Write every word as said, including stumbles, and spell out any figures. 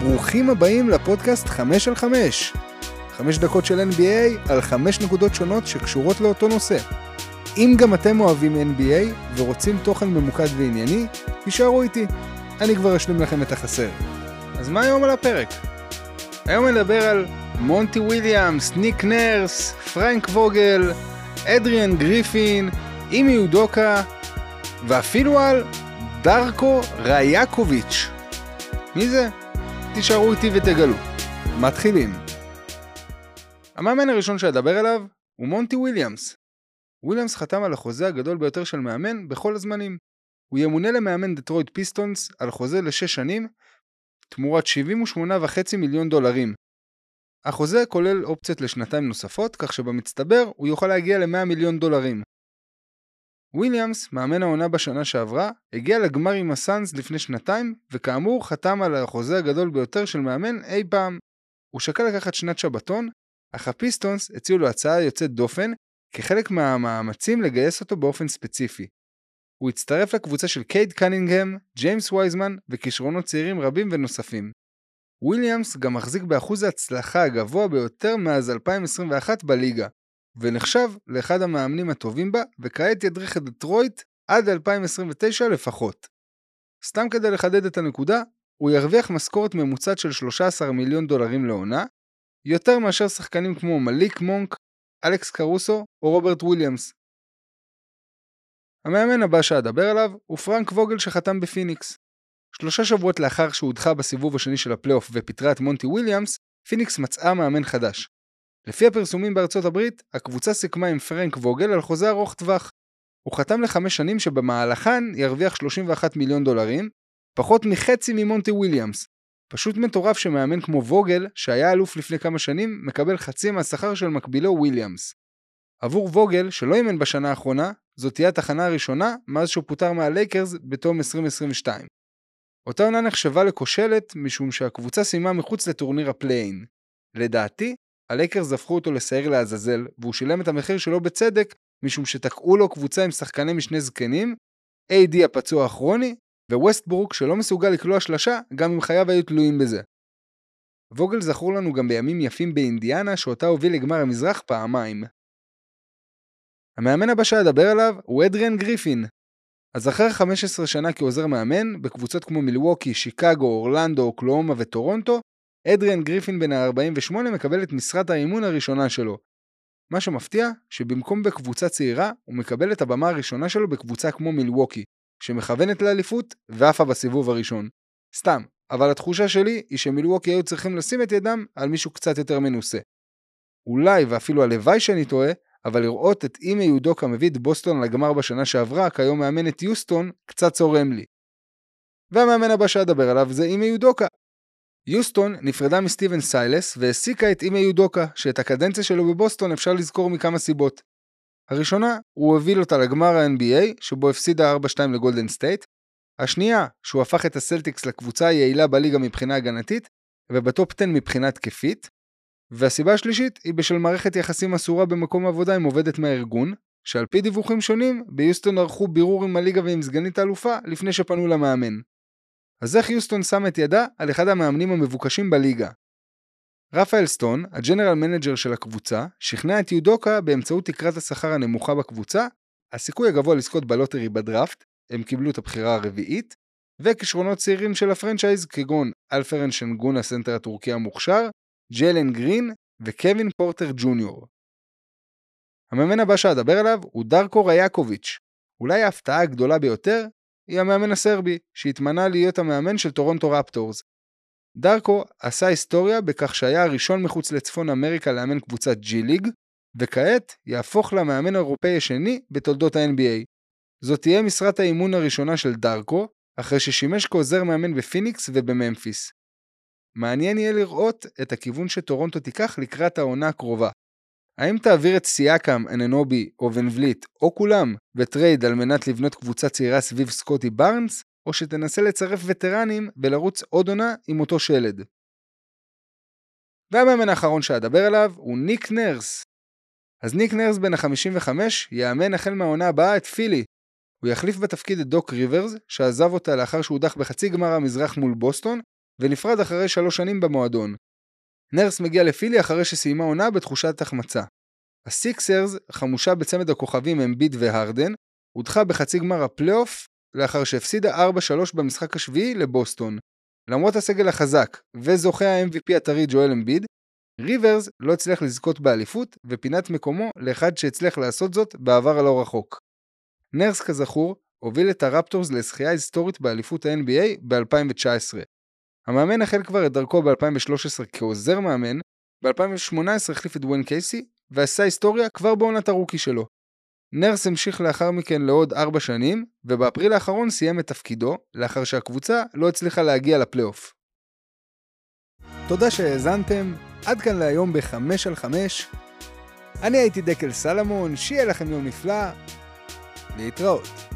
ברוכים הבאים לפודקאסט חמש על חמש. חמש דקות של אן בי איי על חמש נקודות שונות שקשורות לאותו נושא. אם גם אתם אוהבים אן בי איי ורוצים תוכן ממוקד וענייני, תישארו איתי. אני כבר אשלים לכם את החסר. אז מה היום על הפרק? היום נדבר על מונטי וויליאמס, ניק נרס, פרנק ווגל, אדריאן גריפין, אימי יודוקה, ואפילו על דרקו רייקוביץ'. מי זה? תישארו איתי ותגלו. מתחילים. המאמן הראשון שאדבר עליו הוא מונטי וויליאמס. וויליאמס חתם על החוזה הגדול ביותר של מאמן בכל הזמנים. הוא ימונה למאמן דטרויט פיסטונס על חוזה לשש שנים, תמורת שבעים ושמונה וחצי מיליון דולרים. החוזה כולל אופציות לשנתיים נוספות, כך שבמצטבר הוא יוכל להגיע ל-מאה מיליון דולרים. וויליאמס, מאמן העונה בשנה שעברה, הגיע לגמר עם הסאנס לפני שנתיים, וכאמור חתם על החוזה הגדול ביותר של מאמן אי פעם. הוא שקל לקחת שנת שבתון, אך הפיסטונס הציעו לו הצעה יוצאת דופן, כחלק מהמאמצים לגייס אותו באופן ספציפי. הוא הצטרף לקבוצה של קייד קנינגהם, ג'יימס וייזמן וכישרונות צעירים רבים ונוספים. וויליאמס גם מחזיק באחוז ההצלחה הגבוה ביותר מאז אלפיים עשרים ואחת בליגה, ונחשב לאחד המאמנים הטובים בה, וכעת ידריך את דטרויט עד אלפיים עשרים ותשע לפחות. סתם כדי לחדד את הנקודה, הוא ירוויח משכורת ממוצעת של שלושה עשר מיליון דולרים לעונה, יותר מאשר שחקנים כמו מליק מונק, אלכס קרוסו או רוברט וויליאמס. המאמן הבא שאדבר עליו הוא פרנק ווגל שחתם בפיניקס. שלושה שבועות לאחר שהודחה בסיבוב השני של הפלייאוף ופיטרה את מונטי וויליאמס, פיניקס מצאה מאמן חדש. לפי הפרסומים בארצות הברית, הקבוצה סיכמה עם פרנק ווגל על חוזה ארוך טווח. הוא חתם לחמש שנים שבמהלכן ירוויח שלושים ואחד מיליון דולרים, פחות מחצי ממונטי וויליאמס. פשוט מטורף שמאמן כמו ווגל, שהיה אלוף לפני כמה שנים, מקבל חצי מהשכר של מקבילו וויליאמס. עבור ווגל, שלא אימן בשנה האחרונה, זאת תהיה התחנה הראשונה מאז שהוא פוטר מהלייקרס בתום עשרים עשרים ושתיים. אותה עונה נחשבה לכושלת משום שהקבוצה סיימה מחוץ לטורניר הפליין. לדעתי, הלייקרס הפכו אותו לסייר לעזאזל, והוא שילם את המחיר שלו בצדק, משום שתקעו לו קבוצה עם שחקני משני זקנים, איי די הפצוע הכרוני, וווסטברוק שלא מסוגל לקלוע שלשה, גם אם חייו היו תלויים בזה. ווגל זכור לנו גם בימים יפים באינדיאנה, שאותה הוביל לגמר המזרח פעמיים. המאמן הבא שאדבר עליו הוא אדריאן גריפין. אז אחרי חמש עשרה שנה כעוזר מאמן, בקבוצות כמו מילווקי, שיקגו, אורלנדו, אוקלאומה וטורונטו, אדריאן גריפין בן ה-ארבעים ושמונה מקבל את משרת האימון הראשונה שלו. מה שמפתיע, שבמקום בקבוצה צעירה, הוא מקבל את הבמה הראשונה שלו בקבוצה כמו מילווקי, שמכוונת לאליפות ואפה בסיבוב הראשון. סתם, אבל התחושה שלי היא שמילווקי היו צריכים לשים את ידם על מישהו קצת יותר מנוסה. אולי ואפילו הלוואי שאני טועה, אבל לראות את אימי יודוקה מביא את בוסטון לגמר בשנה שעברה, כיום מאמן את יוסטון, קצת צורם לי. והמאמן הבא שאדבר עליו זה אימי יודוקה. יוסטון נפרדה מסטיבן סיילס והסיקה את אימי יודוקה, שאת הקדנציה שלו בבוסטון אפשר לזכור מכמה סיבות. הראשונה, הוא הוביל אותה לגמר ה-אן בי איי, שבו הפסידה ארבע שתיים לגולדן סטייט. השנייה, שהוא הפך את הסלטיקס לקבוצה היעילה בליגה מבחינה הגנתית, ובטופ עשר מבחינה תקפית. והסיבה השלישית היא בשל מערכת יחסים אסורה במקום עבודה עם עובדת מהארגון, שעל פי דיווחים שונים, ביוסטון ערכו בירור עם הליגה ועם סגנית האלופה לפני שפנו למאמן. אז איך יוסטון שם את ידה על אחד המאמנים המבוקשים בליגה? רפאל סטון, הג'נרל מנג'ר של הקבוצה, שכנע את יודוקה באמצעות תקרת השכר הנמוכה בקבוצה, הסיכוי הגבוה לזכות בלוטרי בדראפט, הם קיבלו את הבחירה הרביעית, וכישרונות צעירים של הפרנצ'ייז כגון אלפרן שנגון הסנטר הטורקי המוכשר, ג'יילן גרין וקווין פורטר ג'וניור. המאמן הבא שאדבר עליו הוא דרקו רייקוביץ'. אולי ההפתעה הגדולה ביותר היא המאמן הסרבי, שהתמנה להיות המאמן של טורונטו רפטורס. דרקו עשה היסטוריה בכך שהיה הראשון מחוץ לצפון אמריקה לאמן קבוצת ג'י ליג, וכעת יהפוך למאמן האירופאי השני בתולדות ה-אן בי איי. זאת תהיה משרת האימון הראשונה של דרקו, אחרי ששימש כעוזר מאמן בפיניקס ובממפיס. מעניין יהיה לראות את הכיוון שטורונטו תיקח לקראת העונה הקרובה. האם תעביר את סייקם, אננובי או ונבליט, או כולם, בטרייד על מנת לבנות קבוצה צעירה סביב סקוטי בארנס, או שתנסה לצרף וטרנים ולרוץ עוד עונה עם אותו שלד. והמאמן האחרון שאדבר עליו הוא ניק נרס. אז ניק נרס בן ה-חמישים וחמש יאמן החל מהעונה הבאה את פילי. הוא יחליף בתפקיד את דוק ריברס, שעזב אותה לאחר שהודח בחצי גמר המזרח מול בוסטון, ונפרד אחרי שלוש שנים במועדון. נרס מגיע לפילי אחרי שסיימה עונה בתחושת החמצה. הסיקסרס, חמושה בצמד הכוכבים אמביד והרדן, הודחה בחצי גמר הפלייאוף לאחר שהפסידה ארבע שלוש במשחק השביעי לבוסטון. למרות הסגל החזק וזוכה ה-אם וי פי הטרי ג'ואל אמביד, ריברס לא הצליח לזכות באליפות ופינת מקומו לאחד שהצליח לעשות זאת בעבר הלא רחוק. נרס כזכור הוביל את הרפטורס לזכייה היסטורית באליפות ה-אן בי איי ב-אלפיים תשע עשרה. המאמן החל כבר את דרכו ב-אלפיים שלוש עשרה כעוזר מאמן, ב-אלפיים שמונה עשרה החליף את דוויין קייסי ועשה היסטוריה כבר בעונת הרוקי שלו. נרס המשיך לאחר מכן לעוד ארבע שנים, ובאפריל האחרון סיים את תפקידו, לאחר שהקבוצה לא הצליחה להגיע לפלייאוף. תודה שהאזנתם, עד כאן להיום בחמש על חמש. אני הייתי דקל סלמון, שיהיה לכם יום נפלא, להתראות.